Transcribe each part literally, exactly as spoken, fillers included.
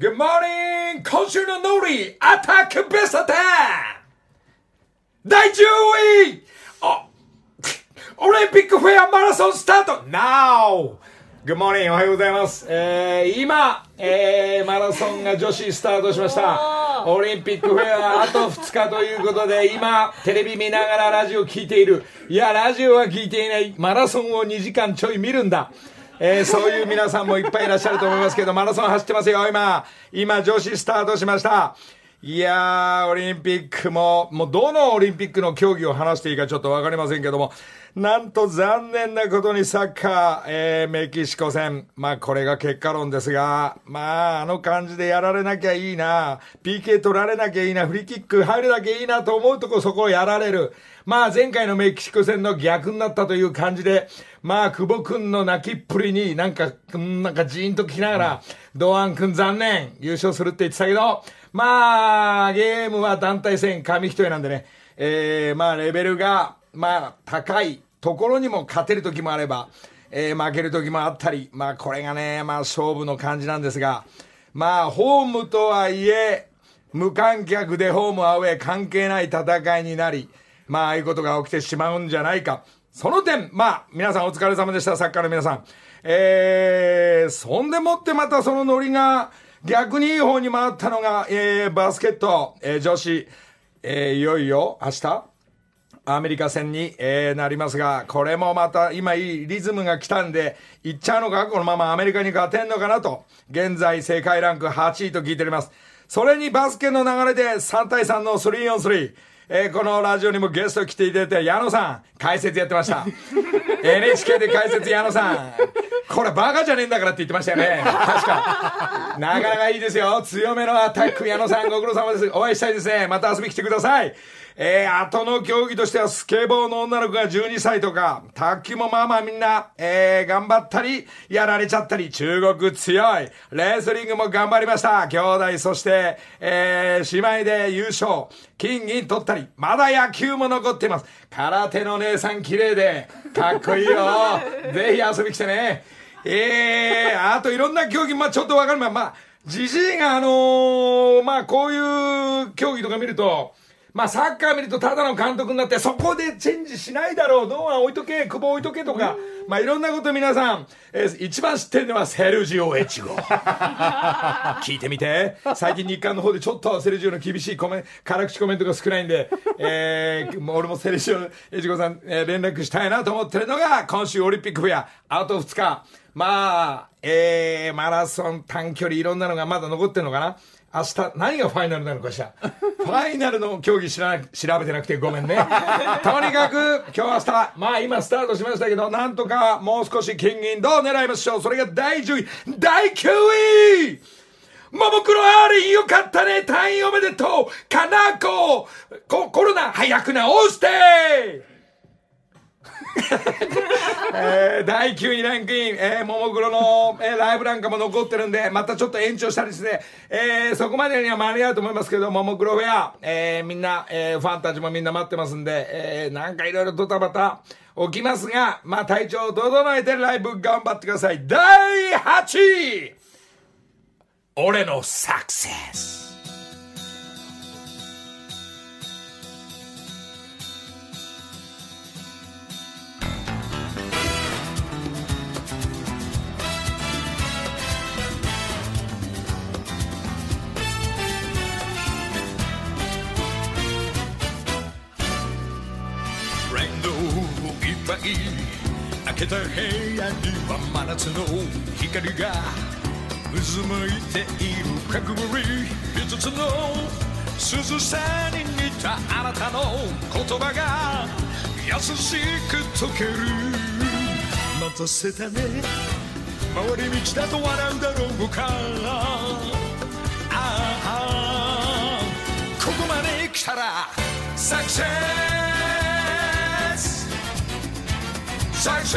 Good morning! 今週のノリアタックベストテンだいじゅういオリンピックフェアマラソンスタート Now! Good morning! おはようございます。えー、今、えー、マラソンが女子スタートしました。オリンピックフェアあとふつかということで、今、テレビ見ながらラジオ聞いている。いや、ラジオは聞いていない。マラソンをにじかんちょい見るんだ。えー、そういう皆さんもいっぱいいらっしゃると思いますけど、マラソン走ってますよ、今。今、女子スタートしました。いやー、オリンピックも、もうどのオリンピックの競技を話していいかちょっとわかりませんけども、なんと残念なことにサッカー、えー、メキシコ戦。まあこれが結果論ですが、まああの感じでやられなきゃいいな、ピーケー 取られなきゃいいな、フリーキック入るだけいいなと思うとこそこをやられる。まあ前回のメキシコ戦の逆になったという感じで、まあ久保くんの泣きっぷりになんか、なんかジーンと聞きながら、堂安くん残念、優勝するって言ってたけど、まあゲームは団体戦紙一重なんでね、えー、まあレベルが、まあ高いところにも勝てる時もあれば、えー、負ける時もあったり、まあこれがね、まあ勝負の感じなんですが、まあホームとはいえ無観客でホームアウェー関係ない戦いになり、まあああいうことが起きてしまうんじゃないか。その点、まあ皆さんお疲れ様でした、サッカーの皆さん。えー、そんでもってまたそのノリが逆にいい方に回ったのが、えー、バスケット、えー、女子、えー、いよいよ明日アメリカ戦に、えー、なりますが、これもまた今いいリズムが来たんで、行っちゃうのか、このままアメリカに勝てんのかなと、現在世界ランクはちいと聞いております。それにバスケの流れでさんたいさんの スリーオンスリー、えー、このラジオにもゲスト来ていただいて、矢野さん、解説やってました。エヌエイチケー で解説矢野さん。これバカじゃねえんだからって言ってましたよね。確か。なかなかいいですよ。強めのアタック、矢野さんご苦労様です。お会いしたいですね。また遊び来てください。えー、後の競技としてはスケボーの女の子がじゅうにさいとか、卓球もまあまあみんな、えー、頑張ったり、やられちゃったり、中国強い。レスリングも頑張りました。兄弟、そして、えー、姉妹で優勝。金銀取ったり、まだ野球も残っています。空手の姉さん綺麗で、かっこいいよ。ぜひ遊び来てね。えー、あといろんな競技、まあちょっとわかるまあ、まあ、じじいがあのー、まあこういう競技とか見ると、まあサッカー見るとただの監督になってそこでチェンジしないだろう、堂安置いとけ、久保置いとけとか、まあいろんなこと皆さん、えー、一番知ってるのはセルジオ・エチゴ。聞いてみて。最近日刊の方でちょっとセルジオの厳しいコメン辛口コメントが少ないんで、えー、俺もセルジオ・エチゴさん、えー、連絡したいなと思ってるのが今週オリンピックフェア、あとふつか。まあ、えー、マラソン短距離いろんなのがまだ残ってるのかな。明日、何がファイナルなのかしら。ファイナルの競技知らな調べてなくてごめんね。とにかく、今日明日、まあ今スタートしましたけど、なんとかもう少し金銀銅を狙いましょう。それがだいじゅうい、だいきゅういももクロアーリンよかったね、退院おめでとうかなこココロナ早く治してえー、だいきゅういランクイン、えー、ももクロの、えー、ライブなんかも残ってるんで、またちょっと延長したりして、えー、そこまでには間に合うと思いますけど、ももクロフェア、えー、みんな、えー、ファンたちもみんな待ってますんで、えー、なんかいろいろドタバタ起きますが、まあ体調を整えてライブ頑張ってください。だいはちい、俺のサクセス。開けた部屋には真夏の光が渦巻いているかくぶり一つの涼しさに似たあなたの言葉が優しく溶ける。待たせたね、回り道だと笑うだろうか。ああ、ここまで来たらサクセスサクセ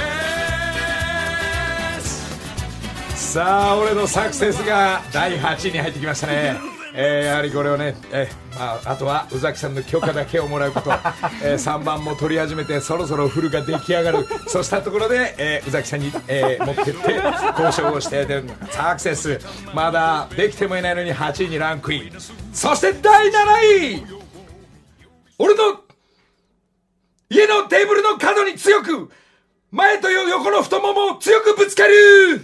ス。さあ俺のサクセスがだいはちいに入ってきましたね。えー、やはりこれをね、えー、 まあ、あとは宇崎さんの許可だけをもらうこと、えー、さんばんも取り始めてそろそろフルが出来上がるそうしたところで、えー、宇崎さんに、えー、持ってって交渉をしてサクセスまだできてもいないのにはちいにランクイン。そしてだいなない俺の家のテーブルの角に強く前と横の太ももを強くぶつける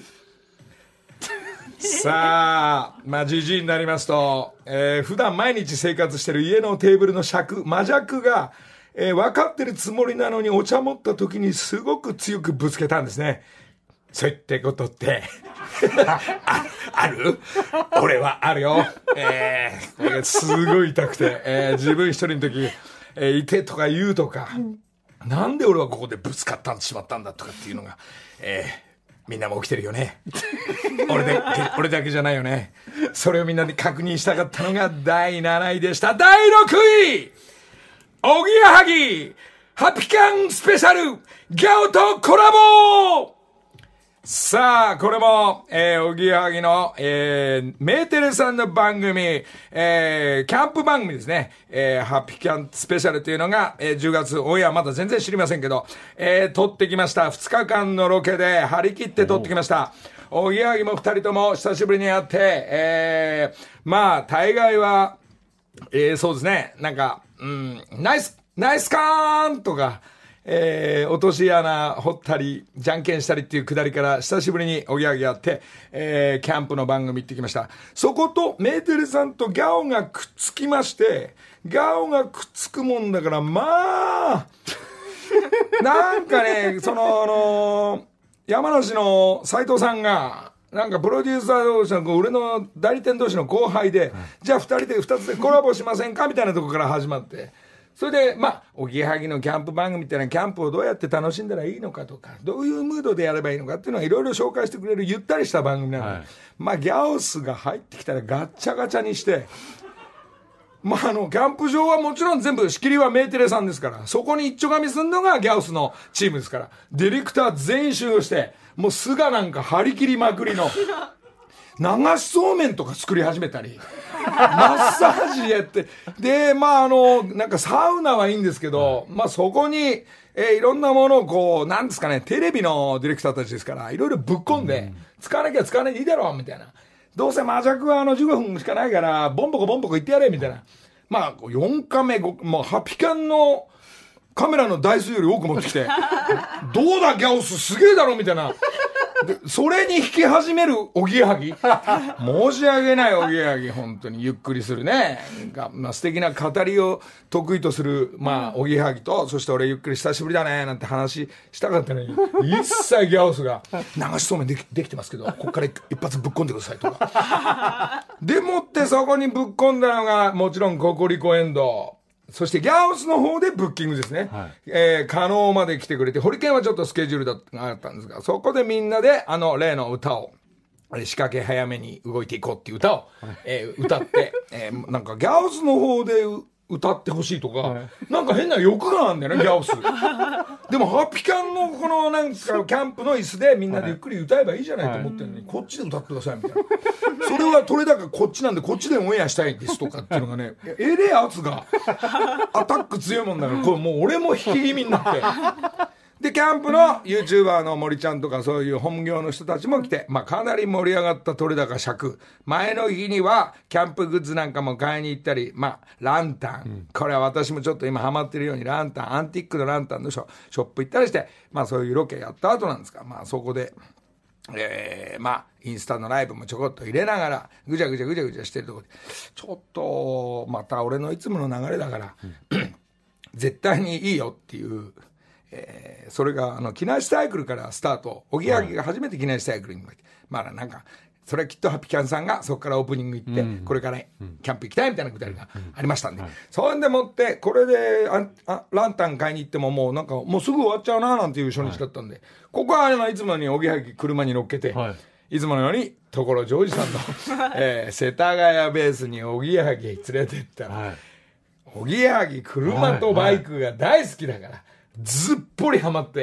さあ、まあ、じじいになりますと、えー、普段毎日生活してる家のテーブルの尺、魔弱が、えー、分かってるつもりなのにお茶持った時にすごく強くぶつけたんですね。そういったことって、あ、ある？俺はあるよ。えー、これがすごい痛くて、えー、自分一人の時、えー、いてとか言うとか、うん、なんで俺はここでぶつかってしまったんだとかっていうのが、えーみんなも起きてるよね俺で俺だけじゃないよね。それをみんなで確認したかったのがだいなないでした。だいろくいおぎやはぎハピカンスペシャルギャオとコラボ。さあこれも、えー、おぎやはぎの、えー、メーテレさんの番組、えー、キャンプ番組ですね、えー、ハピキャンスペシャルというのが、えー、じゅうがつオンエアまだ全然知りませんけど、えー、撮ってきました。ふつかかんのロケで張り切って撮ってきました。おぎやはぎもふたりとも久しぶりに会って、えー、まあ大概は、えー、そうですね、なんか、うん、ナイスナイスカーンとかえー、落とし穴掘ったりじゃんけんしたりっていうくだりから久しぶりにおぎやはぎやって、えー、キャンプの番組行ってきました。そことメーテルさんとギャオがくっつきまして、ギャオがくっつくもんだからまあなんかねそのあの山梨の斉藤さんがなんかプロデューサー同士の俺の代理店同士の後輩で、じゃあふたりでふたつでコラボしませんかみたいなとこから始まって、それでまあおぎやはぎのキャンプ番組ってのはキャンプをどうやって楽しんだらいいのかとかどういうムードでやればいいのかっていうのはいろいろ紹介してくれるゆったりした番組なので、はい、まあギャオスが入ってきたらガッチャガチャにしてまああのキャンプ場はもちろん全部仕切りはメーテレさんですから、そこに一丁紙すんのがギャオスのチームですから、ディレクター全員集合してもう菅なんか張り切りまくりの流しそうめんとか作り始めたりマッサージやってでまああのなんかサウナはいいんですけど、まあそこに、えー、いろんなものをこうなんですかね、テレビのディレクターたちですからいろいろぶっ込んで、うん、使わなきゃ使わないでいいだろうみたいな、どうせ魔弱はあのじゅうごふんしかないからボンボコボンボコ言ってやれみたいな、まあよんカメもうハピカンのカメラの台数より多く持ってきてどうだギャオスすげえだろみたいなでそれに引き始めるおぎやはぎ申し訳ないおぎやはぎ、本当にゆっくりするねが、まあ、素敵な語りを得意とする、まあ、おぎやはぎと、そして俺ゆっくり久しぶりだねなんて話したかったのに一切ギャオスが流しそうめんでき、できてますけどここから一発ぶっ込んでくださいとかでもってそこにぶっ込んだのがもちろんココリコエンド、そしてギャオスの方でブッキングですね、はい、えー、加納まで来てくれて、ホリケンはちょっとスケジュールだったんですが、そこでみんなであの例の歌を仕掛け早めに動いていこうっていう歌を、はい、えー、歌って、えー、なんかギャオスの方で歌ってほしいとか、はい、なんか変な欲があるんだよねギャオスでもハピカンのこのなんかキャンプの椅子でみんなでゆっくり歌えばいいじゃないと思ってるのに、はい、こっちで歌ってくださいみたいなそれは取れ高こっちなんでこっちでオンエアしたいんですとかっていうのがねえれえ圧がアタック強いもんだから、これもう俺も引き気味になってでキャンプの YouTuber の森ちゃんとかそういう本業の人たちも来て、まあ、かなり盛り上がった取れ高尺、前の日にはキャンプグッズなんかも買いに行ったり、まあ、ランタン、うん、これは私もちょっと今ハマってるようにランタンアンティックのランタンのショショップ行ったりして、まあ、そういうロケやった後なんですが、まあ、そこでえー、まあインスタのライブもちょこっと入れながらぐちゃぐちゃぐちゃぐちゃしてるところでちょっとまた俺のいつもの流れだから、うん、絶対にいいよっていう、えー、それがあの木梨サイクルからスタート、おぎやはぎが初めて木梨サイクルに向いて、まあなんかそれはきっとハピキャンさんがそこからオープニング行って、うん、これからキャンプ行きたいみたいなくだりがありましたんで、うんはい、そんでもってこれでああランタン買いに行ってももうなんかもうすぐ終わっちゃうななんていう初日だったんで、はい、ここはあのいつものようにおぎやはぎ車に乗っけて、はい、いつものように所ジョージさんの、えー、世田谷ベースにおぎやはぎ連れてったら、はい、おぎやはぎ車とバイクが大好きだから、はい、ずっぽりハマって、はい、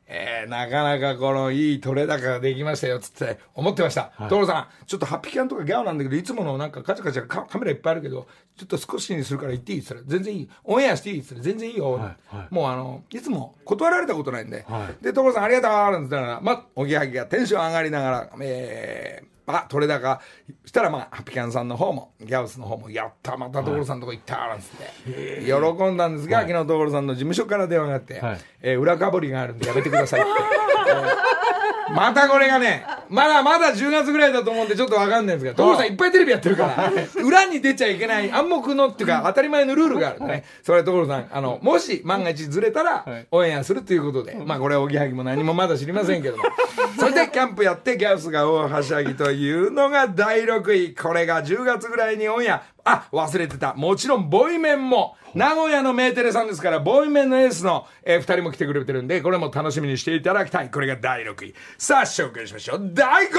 えー、なかなかこのいい取れ高ができましたよつって思ってました。 はい、 所さん、ちょっとハッピーキャンとかギャオなんだけど、いつものなんかカチャカチャカメラいっぱいあるけど、ちょっと少しにするから言っていいっつったら、全然いい。オンエアしていいっつったら、全然いいよ。はいはい、もうあの、いつも断られたことないんで。はい、で、所さんありがとうなんつったら、ま、おぎやはぎがテンション上がりながら、えー、あ、取れ高したら、まあハッピーキャンさんの方もギャオスの方もやった、また所さんのとこ行ったなんつって喜んだんですが、はい、昨日所さんの事務所から電話があって、はい、えー、裏かぶりがあるんでやめてくださいって、えー、またこれがね、まだまだじゅうがつぐらいだと思うんでちょっとわかんないんですけど、所さんいっぱいテレビやってるから裏に出ちゃいけない暗黙のっていうか当たり前のルールがあるんでね、それ所さん、あのもし万が一ずれたらオンエアするということで、まあこれはおぎやはぎも何もまだ知りませんけども、それでキャンプやってギャオスが大はしゃぎというのがだいろくい。これがじゅうがつぐらいにオンエア。あ、忘れてた。もちろんボイメンも名古屋のメーテレさんですから、ボイメンのエースの、えー、ふたりも来てくれてるんで、これも楽しみにしていただきたい。これがだいろくい。さあ紹介しましょう。だいご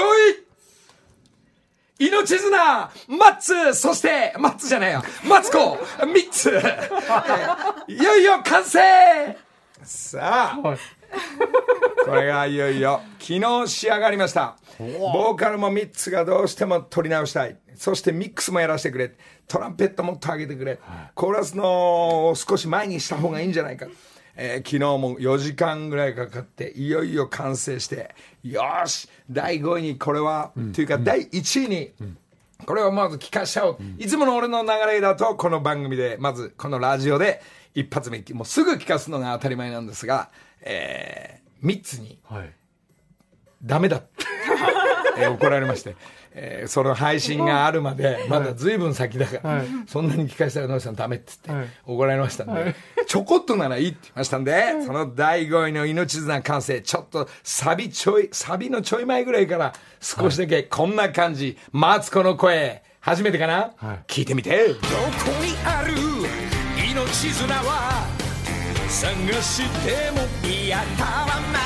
い、命綱マッツ、そしてマッツじゃないよ、マツコみっつ、えー、いよいよ完成。さあこれがいよいよ昨日仕上がりました。ボーカルもみっつがどうしても取り直したい。そしてミックスもやらせてくれ。トランペットもっと上げてくれ。コーラスの少し前にした方がいいんじゃないか。えー、昨日もよじかんぐらいかかっていよいよ完成して、よしだいごいにこれは、うん、というか、うん、だいいちいに、うん、これをまず聞かしちゃおう、うん、いつもの俺の流れだとこの番組でまずこのラジオで一発目もうすぐ聞かすのが当たり前なんですが、えー、みっつに、はい、ダメだって、えー、怒られまして、えー、その配信があるまでまだ随分先だから、はい、そんなに聞かせたら野口さんダメって言って、はい、怒られましたんで、はい、ちょこっとならいいって言いましたんで、はい、そのだいごいの命綱完成、ちょっとサビちょいサビのちょい前ぐらいから少しだけこんな感じ、はい、マツコの声初めてかな、はい、聞いてみて。どこにある命綱は探しても見当たらない。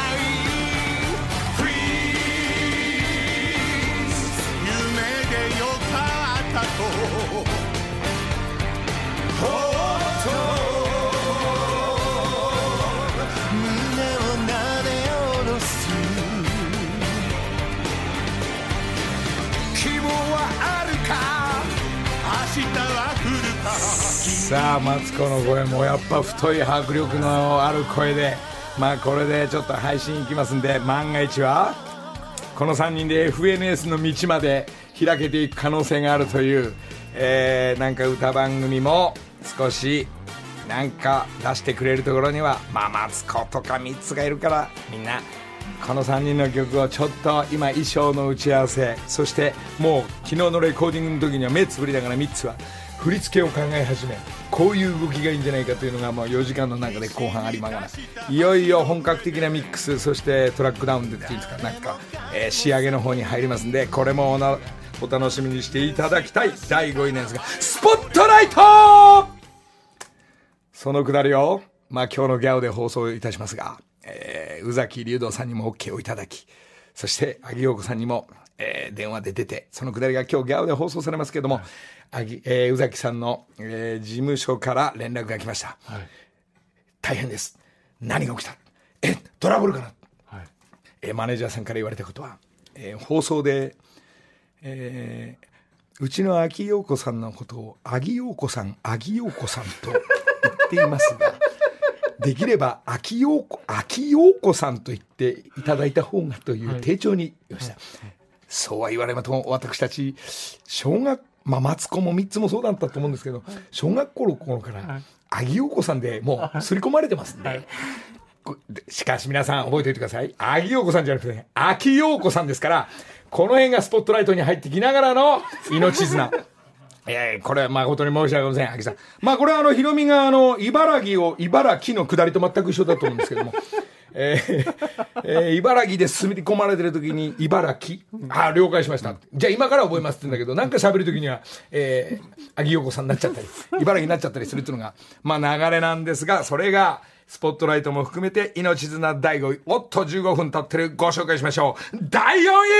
さあマツコの声もやっぱ太い迫力のある声で、まあこれでちょっと配信いきますんで、万が一はこのさんにんで エフエヌエス の道まで開けていく可能性があるという、えー、なんか歌番組も少しなんか出してくれるところには、まあマツコとかみっつがいるから、みんなこのさんにんの曲をちょっと今衣装の打ち合わせ、そしてもう昨日のレコーディングの時には目つぶりながらみっつは振り付けを考え始め、こういう動きがいいんじゃないかというのがもうよじかんの中で後半ありながら、いよいよ本格的なミックス、そしてトラックダウンでっていうんですか、なんか、えー、仕上げの方に入りますんで、これも お, お楽しみにしていただきたいだいごいなんですが、スポットライト、そのくだりを、まあ、今日のギャオで放送いたしますが、えー、宇崎竜童さんにも OK をいただき、そして萩陽子さんにも、えー、電話で出て、そのくだりが今日ギャオで放送されますけども、はい、あぎえー、宇崎さんの、えー、事務所から連絡が来ました、はい、大変です、何が起きた、えトラブルかな、はい、えー、マネージャーさんから言われたことは、えー、放送で、えー、うちの秋陽子さんのことをあぎ陽子さんあぎ陽子さんと言っていますができれば秋陽子秋陽子さんと言っていただいた方がという丁重に言いました、はいはい、そうは言われまとも、私たち小学まあ、マツコもみっつもそうだったと思うんですけど、小学校の頃からあぎ陽子さんでもう刷り込まれてますんで、はい、しかし皆さん覚えておいてください、あぎ陽子さんじゃなくてね、秋陽子さんですから、この辺がスポットライトに入ってきながらの命綱えー、これは誠に申し訳ございません、秋さん。まあこれはあのヒロミがあの茨城を茨城の下りと全く一緒だと思うんですけどもえーえー、茨城で住み込まれてる時に茨城、あ了解しました、じゃあ今から覚えますって言うんだけど、なんか喋る時にはえー、秋陽子さんになっちゃったり茨城になっちゃったりするっていうのがまあ流れなんですが、それがスポットライトも含めて命綱だいごい、おっとじゅうごふん経ってる、ご紹介しましょう。だいよんい、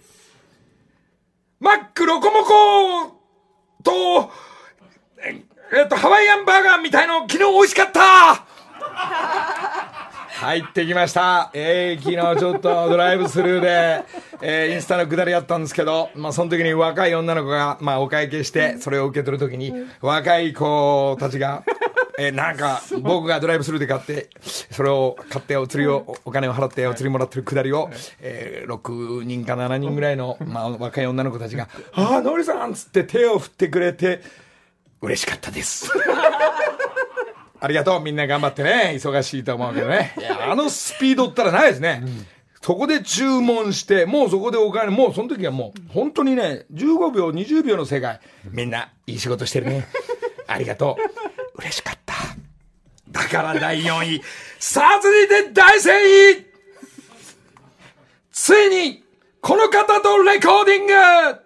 マックロコモコとえっとハワイアンバーガーみたいの昨日美味しかった入ってきました。えー、昨日ちょっとドライブスルーで、えー、インスタの下りやったんですけど、まあその時に若い女の子が、まあお会計して、それを受け取る時に、若い子たちが、えー、なんか、僕がドライブスルーで買って、それを買ってお釣りを、お金を払ってお釣りもらってるくだりを、えー、ろくにんかななにんぐらいの、まあ若い女の子たちが、ああ、ノリさんつって手を振ってくれて、嬉しかったです。ありがとう。みんな頑張ってね。忙しいと思うけどね。いや、あのスピードったらないですね。うん、そこで注文して、もうそこでお金、もうその時はもう、本当にね、じゅうごびょう、にじゅうびょうの世界。みんな、いい仕事してるね。ありがとう。嬉しかった。だからだいよんい。さあ、続いてだいせんい。ついに、この方とレコーディング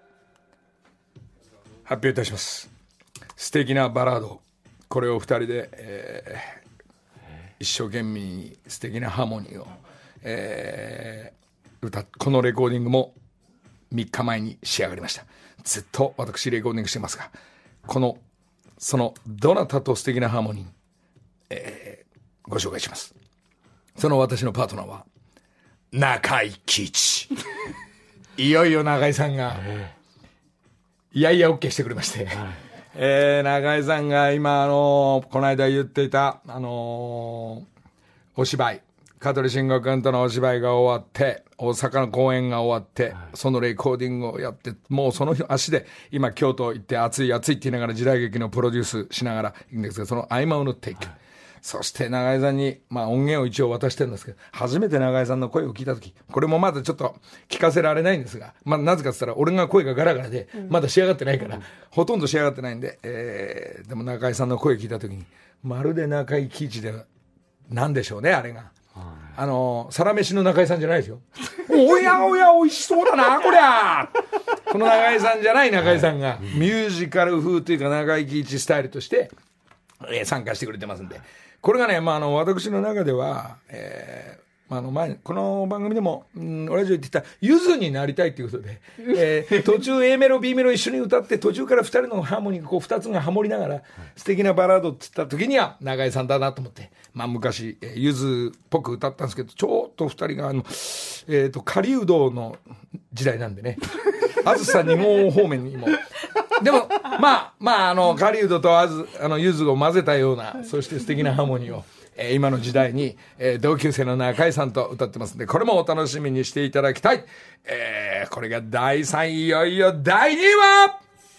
発表いたします。素敵なバラード。これを二人で、えー、一生懸命に素敵なハーモニーを、えー、歌っこのレコーディングもみっかまえに仕上がりました。ずっと私レコーディングしてますが、このそのどなたと素敵なハーモニー、えー、ご紹介します。その私のパートナーは中井貴一。いよいよ中井さんがいやいや OK してくれまして、えー、中井さんが今、あのー、この間言っていた、あのー、お芝居、香取慎吾君とのお芝居が終わって、大阪の公演が終わって、そのレコーディングをやって、もうその足で、今京都行って暑い暑いって言いながら時代劇のプロデュースしながら行くんですけど、その合間を縫っていく。そして永井さんに、まあ音源を一応渡してるんですけど、初めて永井さんの声を聞いたとき、これもまだちょっと聞かせられないんですが、まあなぜかって言ったら俺が声がガラガラで、まだ仕上がってないから、うん、ほとんど仕上がってないんで、えー、でも中井さんの声を聞いたときに、まるで中井貴一で、なんでしょうね、あれが。あの、サラメシの中井さんじゃないですよ。おやおや、美味しそうだな、こりゃ。この中井さんじゃない中井さんが、ミュージカル風というか中井貴一スタイルとして、えー、参加してくれてますんで。これがね、まあ、あの、私の中では、えー、まあ、あの、前、この番組でも、うん、ラジオ言ってた、ゆずになりたいということで、えー、途中 A メロ、B メロ一緒に歌って、途中から二人のハーモニーがこう二つがハモりながら、素敵なバラードって言った時には、中井さんだなと思って、まあ、昔、えー、ゆずっぽく歌ったんですけど、ちょっと二人が、あの、えっと、狩人の時代なんでね、あずさに号方面にも、でも、まあ、まあ、あの、狩人とあず、あの、ゆずを混ぜたような、そして素敵なハーモニーを、えー、今の時代に、えー、同級生の中井さんと歌ってますんで、これもお楽しみにしていただきたい。えー、これがだいさんい、いよいよだいにいは、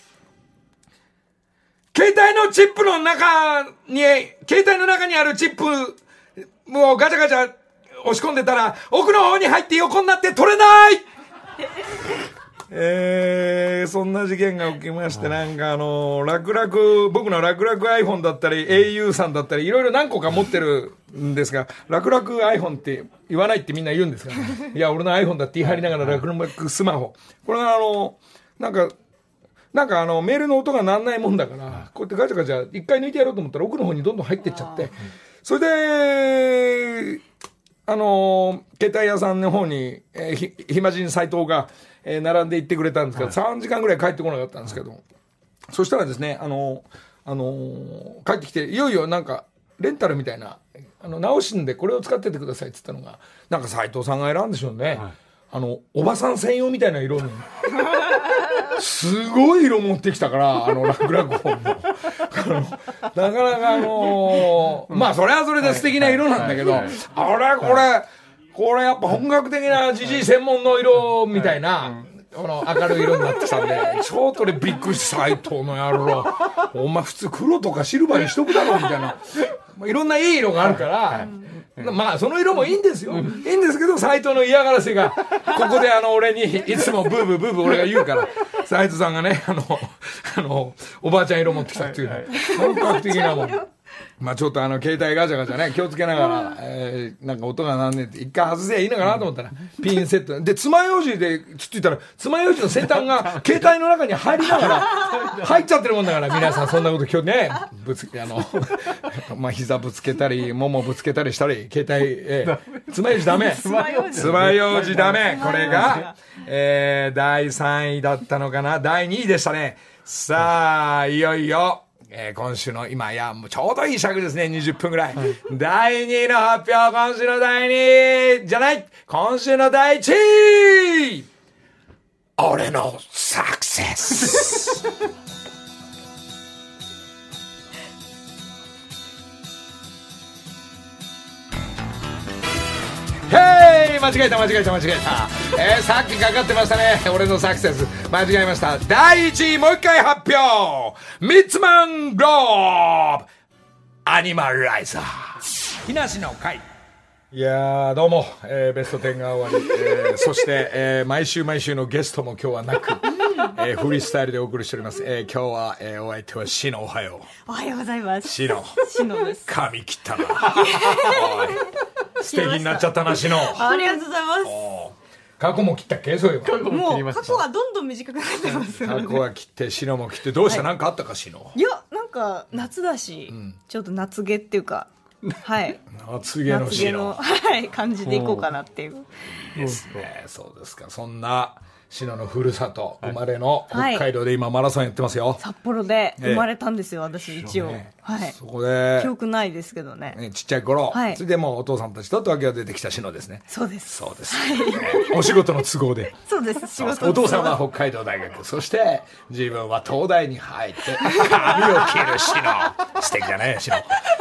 携帯のチップの中に、携帯の中にあるチップをガチャガチャ押し込んでたら、奥の方に入って横になって取れないえー、そんな事件が起きまして、なんかあの、楽々、僕の楽々 iPhone だったり、au さんだったり、いろいろ何個か持ってるんですが、楽々 iPhone って言わないってみんな言うんですから、ね、いや、俺の iPhone だって言い張りながら楽々スマホ。これがあの、なんか、なんかあの、メールの音が鳴んないもんだから、こうやってガチャガチャ、一回抜いてやろうと思ったら奥の方にどんどん入ってっちゃって、それで、あの、携帯屋さんの方に、えー、ひ、暇人斎藤が、えー、並んで行ってくれたんですけど、はい、さんじかんぐらい帰ってこなかったんですけど、はい、そしたらですね、あの、あのー、帰ってきて、いよいよなんか、レンタルみたいな、あの、直しんでこれを使っててくださいって言ったのが、なんか斎藤さんが選んでしょうね。はい、あの、おばさん専用みたいな色に、すごい色持ってきたから、あの、楽々本の。なかなかあのー、まあ、それはそれで素敵な色なんだけど、あれこれ、これやっぱ本格的なジジイ専門の色みたいな、この明るい色になってきたんで、ちょっと俺びっくりした、斎藤の野郎。お前普通黒とかシルバーにしとくだろ、みたいな。いろんないい色があるから、まあその色もいいんですよ。いいんですけど、斎藤の嫌がらせが、ここであの俺にいつもブーブーブーブー俺が言うから、斎藤さんがね、あの、あの、おばあちゃん色持ってきたっていう、本格的なもん。まあちょっとあの携帯ガチャガチャね気をつけながら、えー、なんか音がなんねって一回外せばいいのかなと思ったら、ピンセットで爪楊枝でつっついたら爪楊枝の先端が携帯の中に入りながら入っちゃってるもんだから、皆さんそんなこと今日ねぶつけあのまあ膝ぶつけたりももぶつけたりしたり携帯、えー、爪楊枝ダメ爪楊枝ダメ。これが、えー、だいさんいだったのかな、だいにいでしたね。さあいよいよえー、今週の今、いや、もうちょうどいい尺ですね、にじゅっぷんぐらい。はい、だいにいの発表、今週のだいにいじゃない今週のだいいちい俺のサクセスへい間違えた間違えた間違えた、えー、さっきかかってましたね俺のサクセス間違えました。だいいちいもう一回発表。ミッツマングローブアニマルライザー木梨の会。いやーどうも、えー、ベストじゅうが終わり、えー、そして、えー、毎週毎週のゲストも今日はなく、えー、フリースタイルでお送りしております、えー、今日は、えー、お相手はシノ。おはよう。 おはようございます。 シノシノです。 髪切ったな素敵になっちゃったなシノ。 ありがとうございます。 過去も切ったっけそういえば。 もう過去がどんどん短くなってます過去は切ってシノも切ってどうした、はい、なんかあったかシノ。 いやなんか夏だし、うん、ちょっと夏毛っていうかはい夏毛のシノ、 はい、感じでいこうかなっていうですね。そうですか。そんなシノのふるさと、生まれの北海道で今マラソンやってますよ。 札幌で生まれたんですよ、私一応、ね、はい。 そこで記憶ないですけどね、 ねちっちゃい頃、はい、それでもうお父さんたちと東京が出てきたシノですね。 そうです。 そうです、はい、お仕事の都合でそうです。仕事お父さんは北海道大学、そして自分は東大に入って髪を切るシノ。素敵だねシノ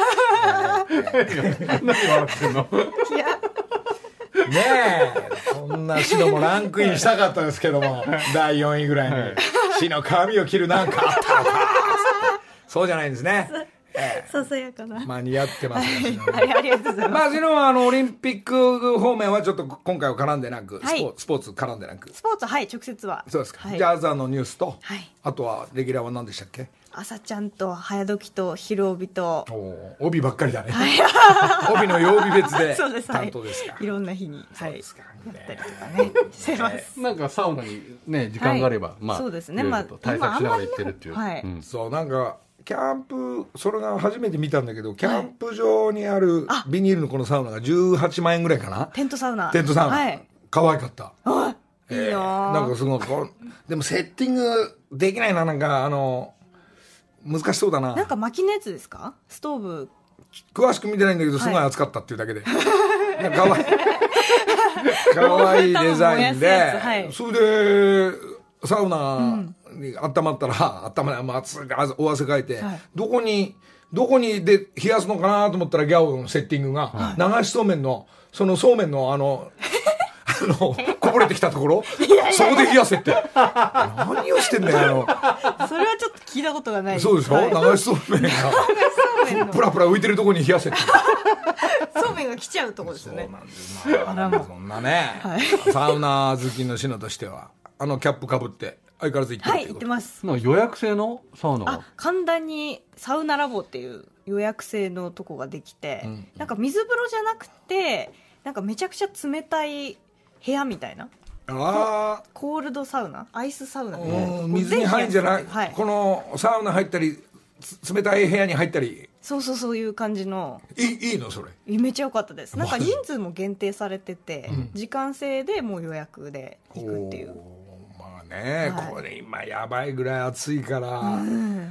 何笑ってんの。 いやねえ、そんなシノもランクインしたかったですけどもだいよんいぐらいに、はい、シノ髪を切るなんかあったのかそうじゃないんですね。 ええ、ささやかな間に合ってますね、 はい、ありがとうございます。 まあシノはあのオリンピック方面はちょっと今回は絡んでなく、はい、スポ、スポーツ絡んでなくスポーツはい直接はそうですか、 はい、 じゃあ朝のニュースと、 はい、 あとはレギュラーは何でしたっけ。 朝ちゃんと早時と昼帯とお帯ばっかりだね帯の曜日別で担当ですか。 はい、いろんな日に、はい、 そうですか、 やったりとかねしてます。 なんかサウナにね時間があれば、はい、まあそうですね、まあ対策しながら行ってるっていう、 はい、 うん、 そうなんかキャンプそれが初めて見たんだけどキャンプ場にあるビニールのこのサウナがじゅうはちまんえんぐらいかな。 テントサウナテントサウナ、 はい、 可愛かった。 あいいな、えー、 なんかすごいでもセッティングできないな。なんかあの難しそうだな。 なんか薪のやつですか。ストーブ詳しく見てないんだけどすごい熱かったっていうだけで、はい、かわいいかわいいデザインで、はい、それでサウナに温まったら温まらない熱いお汗かいて、はい、どこにどこにで冷やすのかなと思ったらギャオのセッティングが、はい、流しそうめんのそのそうめんのあのあのこぼれてきたところそこで冷やせって何をしてんだよ。あのそれはちょっと聞いたことがない。 そうでしょ、はい、流しそうめんがプラプラ浮いてるところに冷やせってそうめんが来ちゃうところですよね。 そうなんです、まあ、そんなね、はい、サウナ好きのシノとしてはあのキャップかぶって相変わらず行ってるっていうこと。はい、行ってます。 まあ予約制のサウナが神田にサウナラボっていう予約制のとこができて、うん、なんか水風呂じゃなくてなんかめちゃくちゃ冷たい部屋みたいな。 あコールドサウナアイスサウナみたいな。 水に入るんじゃない、はい、このサウナ入ったり冷たい部屋に入ったり。 そうそうそういう感じの。 いい、いいのそれ。 めっちゃ良かったです。なんか人数も限定されてて、うん、時間制でもう予約で行くっていう。 まあね、はい、これ今やばいぐらい暑いから、うん、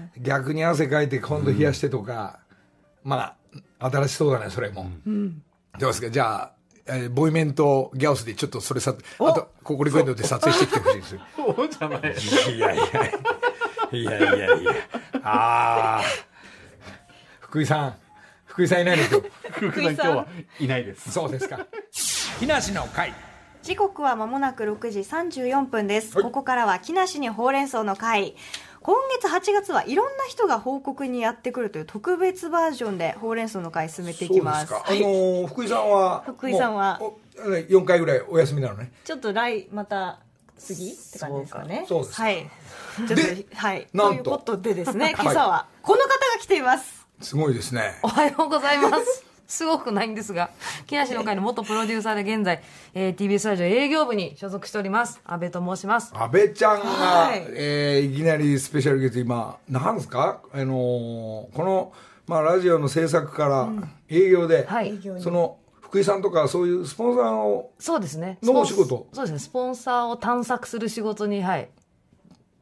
逆に汗かいて今度冷やしてとか、うん、まあ新しそうだねそれも、うん、どうですか。じゃあえー、ボイメントギャオスでちょっとそれさあとここリクエンドで撮影してきてほしいです。 そうじゃない。 いやいやいやいやいやいやあ福井さん福井さんいないですよ。 福井さん今日はいないです。 そうですか。木梨の会。 時刻は間もなくろくじさんじゅうよんぷんです、はい、ここからは木梨にほうれん草の会。今月はちがつはいろんな人が報告にやってくるという特別バージョンでほうれん草の会進めていきます。 そうですか。あのー、福井さんは福井さんはよんかいぐらいお休みなのね。 ちょっと来また次って感じですかね。 そうですか。 はい。ちょっとはいということでですね、今朝はこの方が来ています。 すごいですね。 おはようございますすごくないんですが、木梨の会の元プロデューサーで現在、えー、ティービーエス ラジオ営業部に所属しております阿部と申します。 阿部ちゃんが、はい、えー、いきなりスペシャルゲスト今なんですか、あのー、この、まあ、ラジオの制作から営業で、うんはい、その福井さんとかそういうスポンサーをそうですねのお仕事そうですねスポンサーを探索する仕事にはい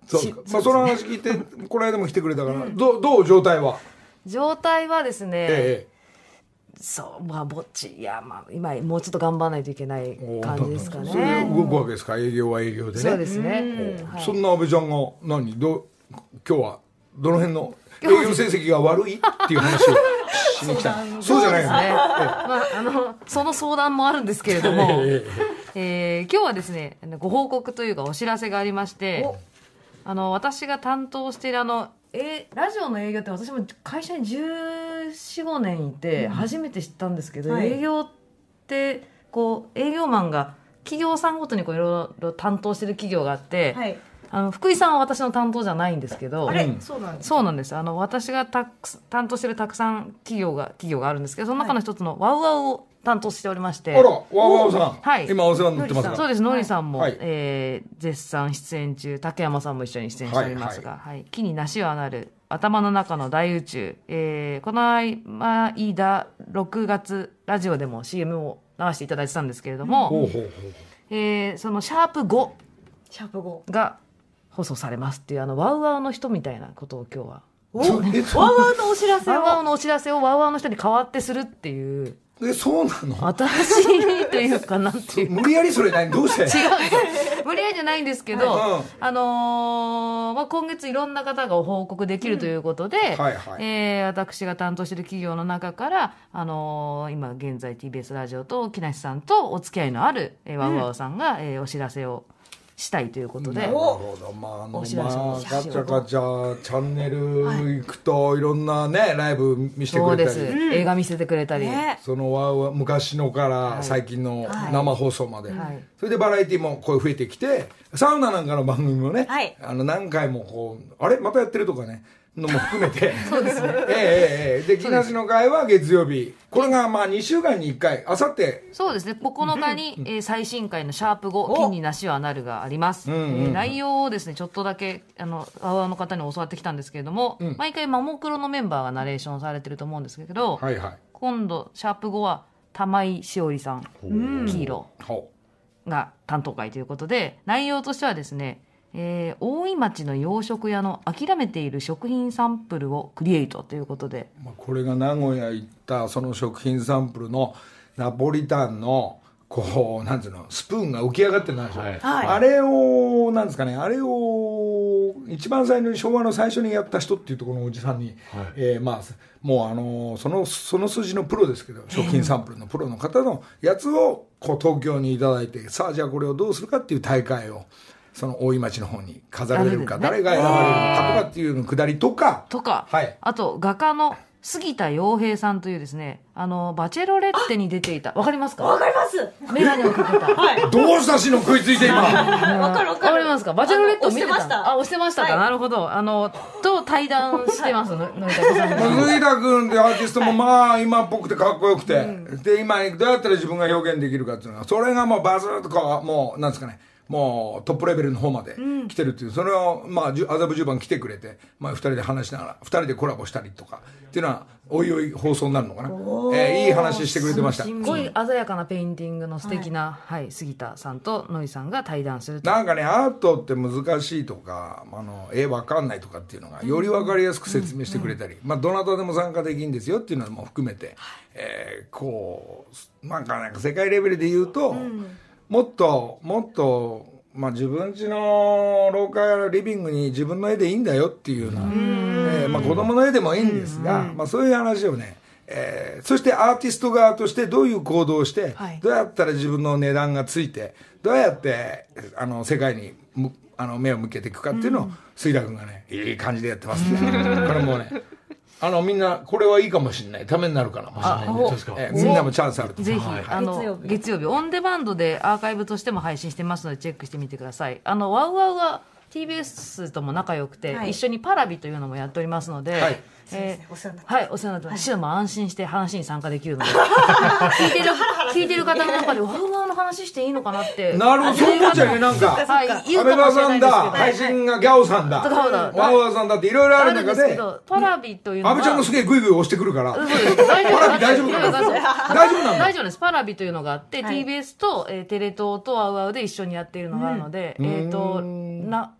そうか、まあ、その話聞いてこの間も来てくれたから、うん、ど, どう状態は状態はですね、 ええ、 そうまあぼっちいやまあ今もうちょっと頑張らないといけない感じですかね。 それ動くわけですか、営業は営業でね。 そうですね、 はい、そんな安倍ちゃんが何ど今日はどの辺の営業成績が悪いっていう話をしに来たそうじゃないよね、ええ、 まあ、あのその相談もあるんですけれども、えええー、今日はですねご報告というかお知らせがありまして、あの私が担当しているあのえラジオの営業って私も会社にじゅうよん、ごねんいて初めて知ったんですけど、うんはい、営業ってこう営業マンが企業さんごとにこういろいろ担当してる企業があって、はい、あの福井さんは私の担当じゃないんですけど、 あれ、うん、そうなんですそうなんです。あの私がたく担当してるたくさん企業が企業があるんですけど、その中の一つのワウワウを担当しておりまして、 あらワウワウさん、 はい、 今お世話になってますが、 そうです、のりさんも、 はい、 えー、絶賛出演中、竹山さんも一緒に出演しておりますが、はいはい、木に梨はなる頭の中の大宇宙、えー、この間ろくがつラジオでも シーエム を流していただいてたんですけれども、うん、えー、そのシャープごシャープごが放送されますっていうあのワウワウの人みたいなことを今日はワウワウのお知らせをワウワウのお知らせをワウワウの人に代わってするっていうえそうなの新しいというかなんていう無理やりそれ何どうして違う無理やりじゃないんですけど、はい、あのーまあ、今月いろんな方が報告できるということで、うんはいはい、えー、私が担当している企業の中から、あのー、今現在 ティービーエス ラジオと木梨さんとお付き合いのある、えー、ワウワウさんが、うん、えー、お知らせをしたいということで、 なるほど、まああのまあ、ガチャガチャチャンネル行くといろんなねライブ見せてくれたり、 そうです、うん、映画見せてくれたり、ね、 そのワウワウ昔のから最近の生放送まで、はいはい、それでバラエティもこう増えてきて、サウナなんかの番組もね、はい、あの何回もこうあれまたやってるとかねのも含めてそうですね、ええええで木梨の会は月曜日、これがまあにしゅうかんにいっかい、あさってそうですねここのかに、うん、えー、最新回のシャープご金に梨はなるがあります、うんうんうん、えー、内容をですねちょっとだけあのワウワウの方に教わってきたんですけれども、うん、毎回ももクロのメンバーがナレーションされてると思うんですけど、はいはい、今度シャープごは玉井しおりさん、黄色が担当会ということで、内容としてはですね、えー、大井町の洋食屋の諦めている食品サンプルをクリエイトということで、 これが名古屋行ったその食品サンプルのナポリタンのこうなんていうのスプーンが浮き上がってるんでしょ、はい、あれをなんですかね、あれを一番最初に昭和の最初にやった人っていうところのおじさんに、はい、えー、まあもうあのそのその筋のプロですけど、食品サンプルのプロの方のやつをこう東京にいただいて、さあじゃあこれをどうするかっていう大会をその大井町の方に飾られるか、ね、誰が選ばれるのかとかっていうのくだりとかとか、はい、あと画家の杉田洋平さんというですね、あのバチェロレッテに出ていた、わかりますか？ わかります。 メガネをかけた、 はい、 どうしたしの食いついて今わかるわかる。 わかりますか？バチェロレッテを見てた。 押してました。 あ、押してましたか、はい、なるほど。あのと対談してます、はい、のりたけさんが。 杉田君ってアーティストもまあ今っぽくてかっこよくて、うん、で今どうやったら自分が表現できるかっていうのは、それがもうバズーとかもうなんですかね、もうトップレベルの方まで来てるっていう、うん、それをまあ麻布十番来てくれて、まあ、ふたりで話しながらふたりでコラボしたりとかっていうのはおいおい放送になるのかな、えー、いい話してくれてました。 すごい鮮やかなペインティングの素敵な、はいはい、杉田さんとのりさんが対談すると。 なんかねアートって難しいとかあの絵分かんないとかっていうのがより分かりやすく説明してくれたり、うんうん、まあ、どなたでも参加できるんですよっていうのも含めて、えー、こうなんかなんか世界レベルで言うと、うん、もっともっとまあ、自分家の廊下やリビングに自分の絵でいいんだよっていうような、えーまあ、子供の絵でもいいんですが、まあ、そういう話をね、えー、そしてアーティスト側としてどういう行動をして、はい、どうやったら自分の値段がついてどうやってあの世界にむあの目を向けていくかっていうのを杉田君がねいい感じでやってますね。これもねあのみんなこれはいいかもしれない、ためになるかもしれないんで、えみんなもチャンスあると思う。 ぜひ、はい、あの月曜日オンデマンドでアーカイブとしても配信してますのでチェックしてみてください。あのワウワウは ティービーエス とも仲良くて、はい、一緒にパラビというのもやっておりますので、はい、えー、お世話になってます。はい、お世話になってます。シロも安心して話に参加できるので聞いてる聞いてる方の中でワウワウの話していいのかなってなるほど、そう思っちゃうね。なんかはい、 安倍川さんだ、配信がギャオさんだ、ワウワウさんだっていろいろある中でパラビというのは安倍ちゃんがすげえグイグイ押してくるからパラビ大丈夫かな、大丈夫なんだ、 大丈夫です。パラビというのがあって、はい、ティービーエス と、えー、テレ東とワウワウで一緒にやっているのがあるので、うん、えっ、ー、とな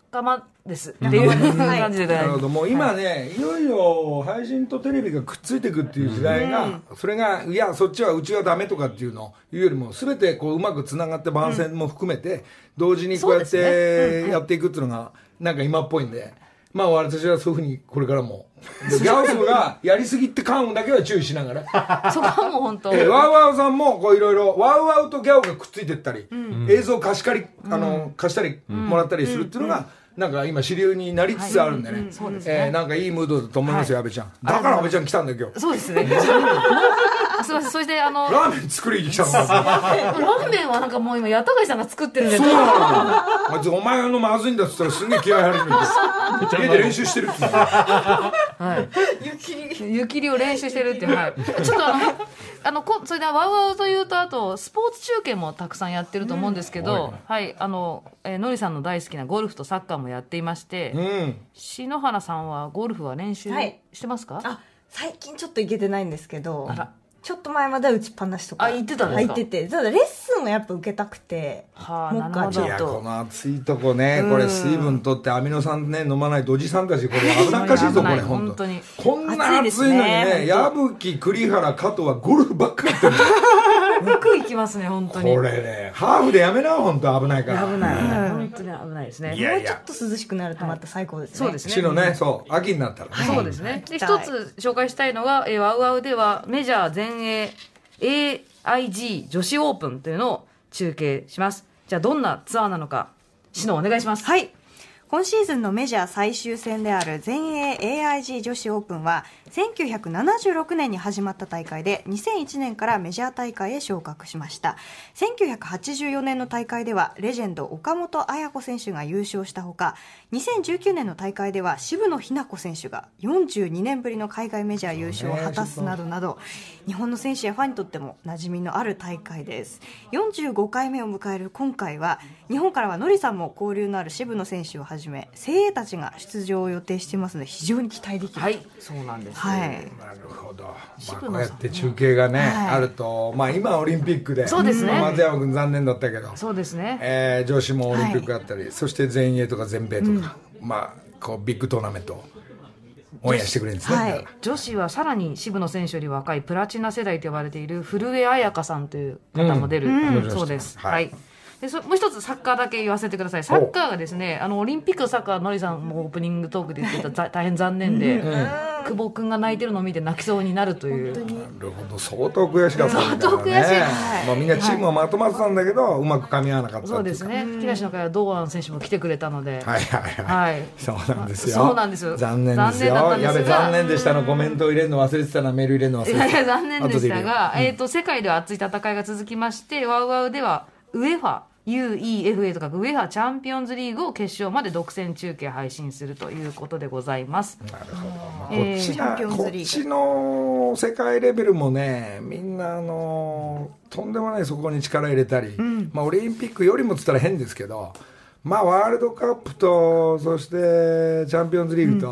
仲間ですっていう感じで、 なるほど。もう今ね、いよいよ配信とテレビがくっついていくっていう時代が、うん、それがいやそっちはうちはダメとかっていうのいうよりも全てこううまくつながって番宣も含めて、うん、同時にこうやってやっていくっていうのがなんか今っぽいんで、まあ私はそういうふうにこれからもギャオスがやりすぎって感だけは注意しながらそこはもう本当、 えー、ワウワウさんもこういろいろワウワウとギャオがくっついてったり、うん、映像貸し借り、あの、うん、貸したりもらったりするっていうのが、うんうん、なんか今主流になりつつあるんでね、なんかいいムードだと思いますよ、はい、安倍ちゃん。だから安倍ちゃん来たんだよ今日。 そうですねすいません。そしてあのラーメン作りに来たのラーメンはなんかもう今八高井さんが作ってるんですよ。 そうなのあいつお前のまずいんだっつったらすげえ気合い入るんで家で練習してるってはい湯切り湯切りを練習してるってはいちょっとあのあのこそれでワウワウというとあとスポーツ中継もたくさんやってると思うんですけど、うん、はいあの、えー、のりさんの大好きなゴルフとサッカーもやっていまして、うん、篠原さんはゴルフは練習してますか？ はい、あ最近ちょっと行けてないんですけど、あらちょっと前までは打ちっぱなしとかあ行ってたんですか？ 入ってて、ただレッスンをやっぱ受けたくて、 はあ、 もう一回ちょっといやこの暑いとこね、これ水分取ってアミノ酸ね飲まないとおじさんたちこれ危なっかしいぞこれ本当にこんな暑いのにね、矢吹栗原加藤はゴルフばっかりやってるむくいきますね本当に。 これねハーフでやめな本当危ないから危ない、うん、本当に危ないですね。 いやいやもうちょっと涼しくなるとまた最高ですね。 そうですね。 白ねそう秋になったらね、 はい、そうですね。で一つ紹介したいのが、えー、ワウワウではメジャー全英エーアイジー 女子オープンというのを中継します。じゃあどんなツアーなのかしのお願いします。 はい、今シーズンのメジャー最終戦である全英 エーアイジー 女子オープンはせんきゅうひゃくななじゅうろくねんに始まった大会でにせんいちねんからメジャー大会へ昇格しました。せんきゅうひゃくはちじゅうよねんの大会ではレジェンド岡本綾子選手が優勝したほか、にせんじゅうきゅうねんの大会では渋野日向子選手がよんじゅうにねんぶりの海外メジャー優勝を果たすなどなど、日本の選手やファンにとっても馴染みのある大会です。よんじゅうごかいめを迎える今回は日本からはのりさんも交流のある渋野選手をはじめ精鋭たちが出場を予定していますので非常に期待できる。 はいそうなんです、 はい、 なるほど、まあ、こうやって中継がね、はい、あると、まあ、今オリンピックでそうですね、 まあ、松山君残念だったけどそうですね、 えー、女子もオリンピックあったり、はい、そして全英とか全米とか、うん、まあこうビッグトーナメントをオンエアしてくれるんですね、はい、 女子はさらに渋野選手より若いプラチナ世代と呼ばれている古江彩佳さんという方も出る、うんうん、そうです、はい、はいでそもう一つサッカーだけ言わせてください。サッカーがですねあのオリンピックのサッカーのりさんもオープニングトークで言ってた大変残念で、うん、久保君が泣いてるのを見て泣きそうになるという。なるほど相当悔しかったんだ、ね、 相当悔しい、はいまあ、みんなチームはまとまってたんだけど、はい、うまく噛み合わなかったっていうか。 そうですね木梨の会は堂安選手も来てくれたのではいはいはい、はい、そうなんですよ、 そうなんですよ残念ですよ。やべ残念でしたのコメントを入れるの忘れてたなメール入れるの忘れてた。 いやいや残念でしたが、えー、と世界では熱い戦いが続きましてワウワウではウェファユーイーエフエー とかウェファチャンピオンズリーグを決勝まで独占中継配信するということでございます。 なるほど、まあ、こっちが、えー、こっちの世界レベルもねみんなあのとんでもないそこに力入れたり、うんまあ、オリンピックよりもつったら変ですけど、まあ、ワールドカップとそしてチャンピオンズリーグと、うん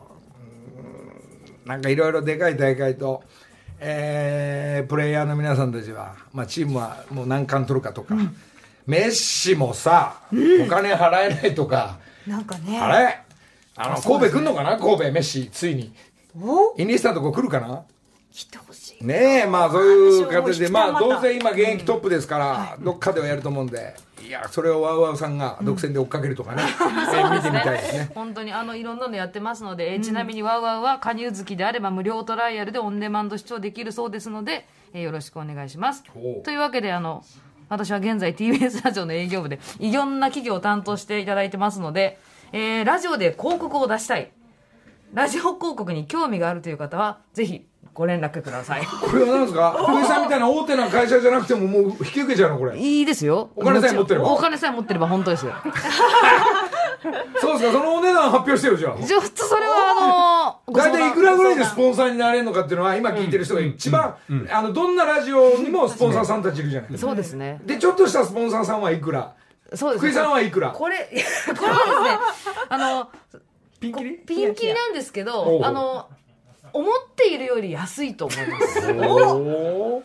、なんかいろいろでかい大会と、えー、プレイヤーの皆さんたちは、まあ、チームはもう何冠取るかとか、うんメッシもさ、うん、お金払えないとかなんかねあれあの神戸来んのかな神戸メッシついにイニエスタのとこ来るかな来てほしいねえまあそういう形でまあどうせ今現役トップですから、うんはい、どっかではやると思うんでいやそれをワウワウさんが独占で追っかけるとかね、うん、見てみたいですね。 本当にあのいろんなのやってますので、えー、ちなみにワウワウは加入月であれば無料トライアルでオンデマンド視聴できるそうですので、えー、よろしくお願いします。というわけであの私は現在 ティービーエス ラジオの営業部でいろんな企業を担当していただいてますので、えー、ラジオで広告を出したいラジオ広告に興味があるという方はぜひご連絡ください。 これは何ですか福井さんみたいな大手な会社じゃなくてももう引き受けちゃうのこれ。 いいですよお金さえ持ってればお金さえ持ってれば本当ですよそうですかそのお値段発表してよじゃあ。 ちょっとそれはあの大体いくらぐらいでスポンサーになれるのかっていうのは今聞いてる人が一番、うんうん、あのどんなラジオにもスポンサーさんたちいるじゃないですか。 そうですね。 でちょっとしたスポンサーさんはいくらそうです、 福井さんはいくらこれこれはですねあのピンキリピンキリなんですけどあの思っているより安いと思います。おな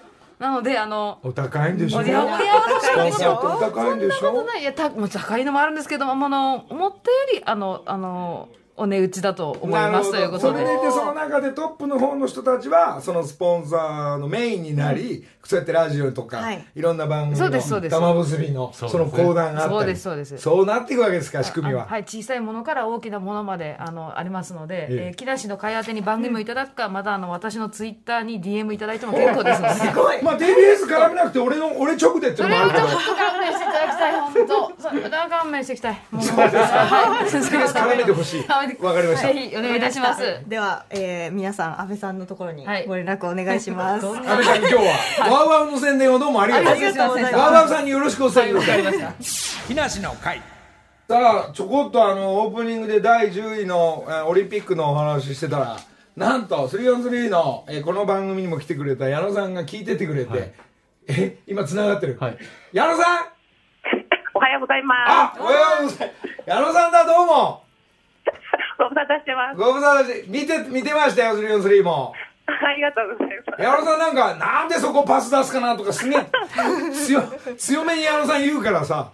ので、あの、 お高いんでしょ。 いや、いや、 スポンサーってお高いんでしょ。 そんなことない。いや、た、もう高いのもあるんですけども、あの、思ったより、あの、あの、お値打ちだと思いますということで。 それでいて、その中でトップの方の人たちはそのスポンサーのメインになり、うん、そうやってラジオとか、はい、いろんな番組の玉結びのその講談があったり、 そうですそうです、 そうなっていくわけですか、仕組みは。 はい、小さいものから大きなものまであのありますので、ええー、木梨の会宛てに番組をいただくか、またあの私のツイッターに ディーエム いただいても結構ですので、すごい。 まあ ティービーエス 絡めなくて俺の俺直でっていうのもあるから。 それをちょっと勘弁していただきたい、本当。それは勘弁していきたい。もう絡めてほしい。わかりました。 お願いいたします。 では、えー、皆さん安倍さんのところにご連絡お願いします。 安倍さん今日は、はい、ワウワウの宣伝をどうもありがとうございます。ワウワウさんによろしくお伝えください。わかりました。木梨の会。さあちょこっとあのオープニングでだいじゅういの、えー、オリンピックのお話してたら、なんと スリーオンスリー の、えー、この番組にも来てくれた矢野さんが聞いててくれて、はい、え今つながってる、はい、矢野さんおはようございます。 あ、おはようございます。矢野さんだ、どうも。 ご無沙汰してます。 ご無沙汰して、見て、見てましたよ、スリーオンスリーも。 ありがとうございます。 矢野さんなんか、なんでそこパス出すかなとか、すげえ、強、強めに矢野さん言うからさ。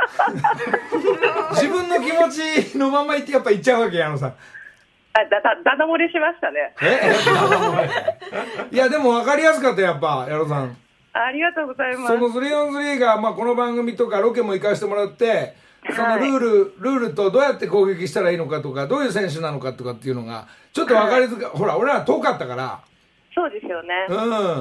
自分の気持ちのまま言って、やっぱ言っちゃうわけ、矢野さん。 あ、だ、だ、だだ漏れしましたね。 えいや、でも分かりやすかった、やっぱ、矢野さん。 ありがとうございます。 そのスリーオンスリーが、まあ、この番組とかロケも行かせてもらって、そのルール、はい、ルールとどうやって攻撃したらいいのかとか、どういう選手なのかとかっていうのが、ちょっと分かりづらい。ほら、俺ら遠かったから。 そうですよね。 うん。はい。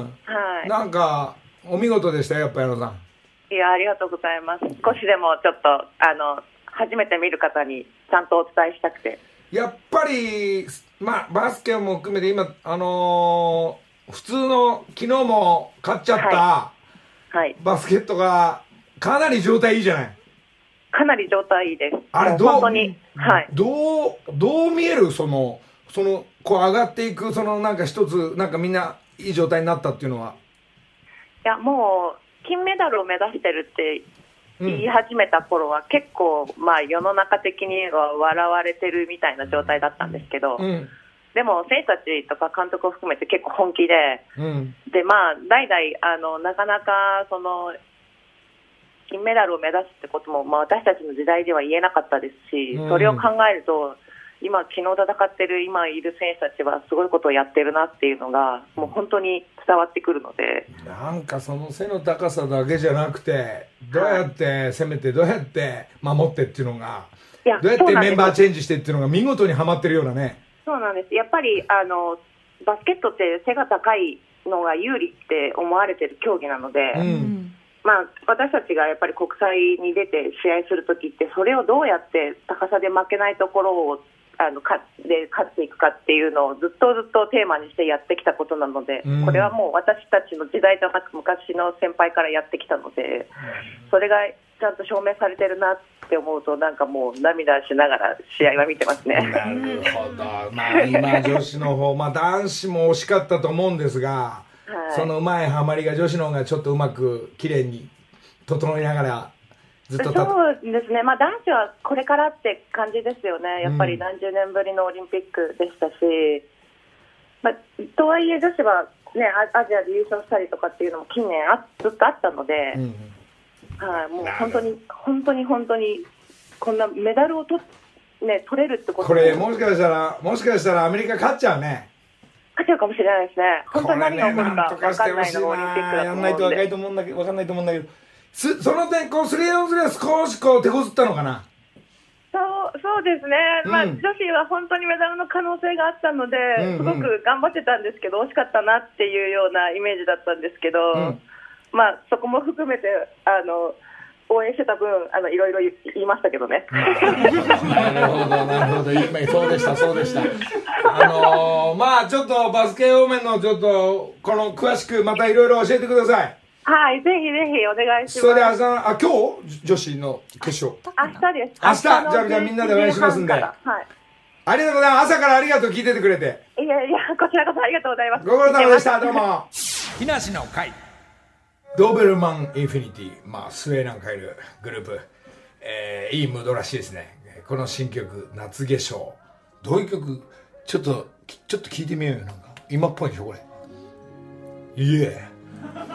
なんか、お見事でしたよ、やっぱ矢野さん。 いや、ありがとうございます。少しでもちょっと、あの、初めて見る方にちゃんとお伝えしたくて。 やっぱり、まあ、バスケも含めて今、あのー、普通の、昨日も勝っちゃった、はいはい、バスケットが、かなり状態いいじゃない。 かなり状態いいです。 あれどう、 本当に、はい。 どう、どう見えるその、その、こう上がっていく、そのなんか一つ、なんかみんないい状態になったっていうのは。 いや、もう、金メダルを目指してるって言い始めた頃は、うん、結構、まあ世の中的には笑われてるみたいな状態だったんですけど、うん、でも選手たちとか監督を含めて結構本気で、うん、で、まあ、代々、あの、なかなか、その、金メダルを目指すってことも、まあ、私たちの時代では言えなかったですし、うん、それを考えると今昨日戦ってる今いる選手たちはすごいことをやってるなっていうのがもう本当に伝わってくるので、 なんかその背の高さだけじゃなくてどうやって攻めてどうやって守ってっていうのが、いやどうやってメンバーチェンジしてっていうのが見事にはまってるようなね。 そうなんです。やっぱりあのバスケットって背が高いのが有利って思われてる競技なので、うんまあ、私たちがやっぱり国際に出て試合するときってそれをどうやって高さで負けないところをあのかで勝っていくかっていうのをずっとずっとテーマにしてやってきたことなので、うん、これはもう私たちの時代と昔の先輩からやってきたのでそれがちゃんと証明されてるなって思うとなんかもう涙しながら試合は見てますね。 なるほど、まあ、今女子の方、まあ、男子も惜しかったと思うんですがはい、そのうまいハマりが女子の方がちょっとうまく綺麗に整いながらずっとそうですね、まあ、男子はこれからって感じですよね。やっぱり何十年ぶりのオリンピックでしたし、まあ、とはいえ女子は、ね、アジアで優勝したりとかっていうのも近年あずっとあったので、うんはい、もう本当に本当に本当にこんなメダルをと、ね、取れるってことこれもしかしたらもしかしたらアメリカ勝っちゃうね。 勝っちゃうかもしれないですね。本当に何が起こるか分かんないのがオリンピックだと思うので。 やんないと分かんないと思うんだけど、分かんないと思うんだけど、すその点こうスリーオンスリーは少しこう手こずったのかな。 そうそうですね。うん、まあ女子は本当にメダルの可能性があったので、うんうん、すごく頑張ってたんですけど惜しかったなっていうようなイメージだったんですけど、うん、まあそこも含めてあの。応援してた分あのいろいろ言いましたけどね。なるほどなるほど今そうでしたそうでした。あのー、まあちょっとバスケ方面のちょっとこの詳しくまたいろいろ教えてください。 はいぜひぜひお願いします。 それで明日あ今日女子の決勝明日です。 明日じゃあじゃあみんなで応援しますんで。はい。ありがとうございます。朝からありがとう聞いててくれて。 いやいやこちらこそありがとうございます。 ご苦労様でしたどうも。木梨の会。ドーベルマンインフィニティ、まあ、スウェーなんかいるグループ、えー、いいムードらしいですね。この新曲、夏化粧。どういう曲ちょっと、ちょっと聞いてみようよ。なんか今っぽいでしょ、これ。いえ。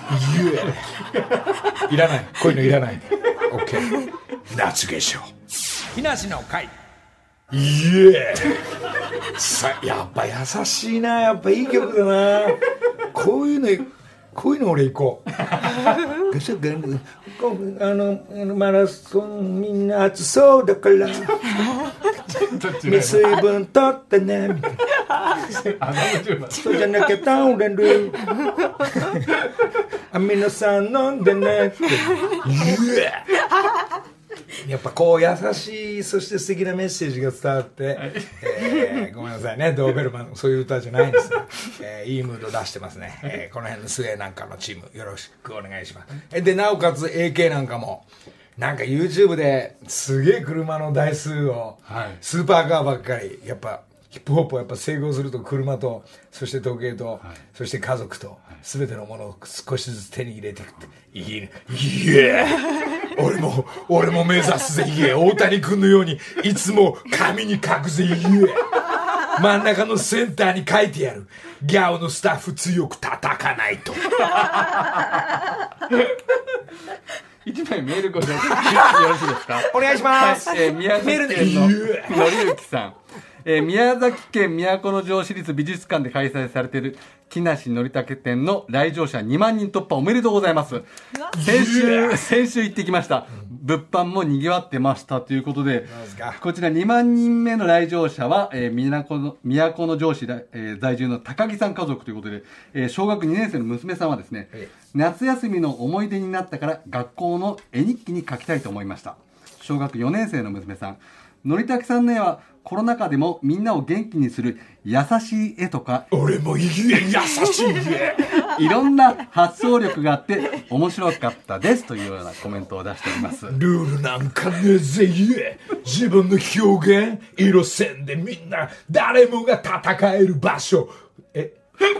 いらない、こういうのいらない。オッケー。夏化粧木梨の会。いえさ、やっぱ優しいな、やっぱいい曲だな。こういうのこういうの俺行こう。あのマラソンみんな暑そうだから水分取ってねみたいな。そうじゃなきゃ倒れる。アミノ酸飲んでねって。やっぱこう優しい、そして素敵なメッセージが伝わって、はい、えー、ごめんなさいね、ドーベルマンそういう歌じゃないんですが、えー、いいムード出してますね、えー、この辺のスウェーなんかのチームよろしくお願いします。でなおかつ エーケー なんかもなんか YouTube ですげえ車の台数を、はい、スーパーカーばっかり、やっぱヒップホップはやっぱ成功すると車とそして時計と、はい、そして家族と全てのものを少しずつ手に入れていくっていいね。いや俺も俺も目指すぜ。いや大谷君のようにいつも紙に書くぜ。いや真ん中のセンターに書いてやる。ギャオのスタッフ強く叩かないと。 一枚メールご紹介よろしいですか。 お願いします、 はい。えー、宮崎県ののりゆきさん、えー、宮崎県都城市立美術館で開催されている木梨憲武展の来場者にまんにん突破おめでとうございます。先週先週行ってきました。物販も賑わってましたということで、こちらにまんにんめの来場者は、えー、都の都城市、えー、在住の高木さん家族ということで、えー、小学にねん生の娘さんはですね、夏休みの思い出になったから学校の絵日記に書きたいと思いました。小学よねん生の娘さん、憲武さんの絵はコロナ禍でもみんなを元気にする優しい絵とか、 俺もいい絵、優しい絵いろんな発想力があって面白かったですというようなコメントを出しております。 ルールなんかねえぜ。自分の表現色線でみんな誰もが戦える場所。え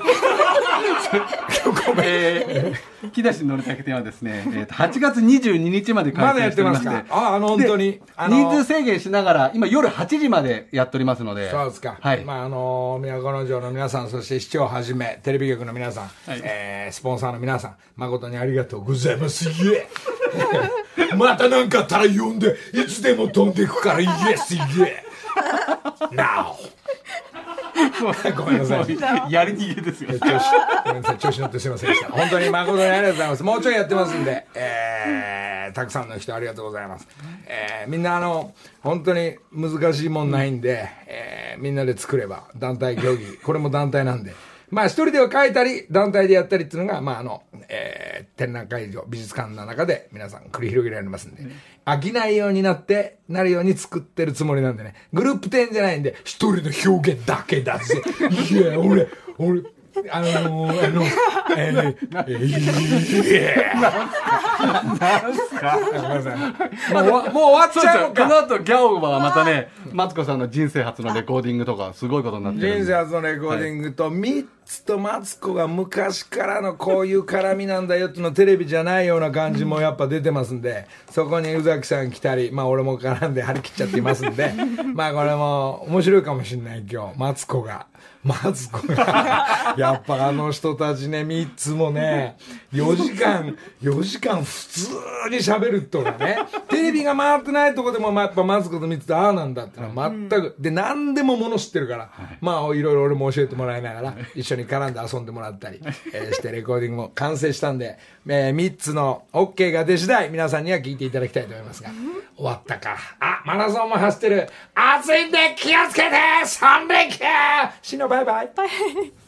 えー、木梨憲武展はですね、えー、はちがつにじゅうににちまで開催しておりまして、まだやってますか。 ああの本当に、 あのー、人数制限しながら今夜はちじまでやっておりますので。 そうですか、 はい、 まああのー、都城の皆さん、そして市長をはじめテレビ局の皆さん、はい、えー、スポンサーの皆さん、誠にありがとうございます。イエーまた何かあったら呼んでいつでも飛んでいくから。イエスイエー Now ごめんなさい。やり逃げですよ。 調子、ごめんなさい。調子乗ってすいませんでした。本当に誠にありがとうございます。もうちょいやってますんで、えー、たくさんの人ありがとうございます。えー、みんなあの、本当に難しいもんないんで、えー、みんなで作れば、団体競技、これも団体なんで、まあ一人では書いたり、団体でやったりっていうのが、まああの、えー、展覧会場、美術館の中で皆さん繰り広げられますんで、飽きないようになって、なるように作ってるつもりなんでね、グループ展じゃないんで、一人の表現だけだぜ。いや、俺、俺、あのー、あの、えー、えー、なんすかごめんなさい。もう、もう終わっちゃうのか。 この後、ギャオはまたね、マツコさんの人生初のレコーディングとか、すごいことになってる。 人生初のレコーディングと、ミッツとマツコが昔からのこういう絡みなんだよっていうのテレビじゃないような感じもやっぱ出てますんで、そこに宇崎さん来たり、まあ俺も絡んで張り切っちゃっていますんで、まあこれも面白いかもしれない今日、マツコが。マツコが、やっぱあの人たちね、みっつもね、よじかん、よじかん普通に喋るってのがね、テレビが回ってないとこでも、まあ、やっぱマツコとみっつとああなんだってのは全く、で、何でももの知ってるから、まあ、いろいろ俺も教えてもらいながら、一緒に絡んで遊んでもらったり、えー、してレコーディングも完成したんで、えー、みっつの OK が出次第、皆さんには聞いていただきたいと思いますが、終わったか。あ、マラソンも走ってる。暑いんで気をつけて三連休しのバイバイ。バイバイ。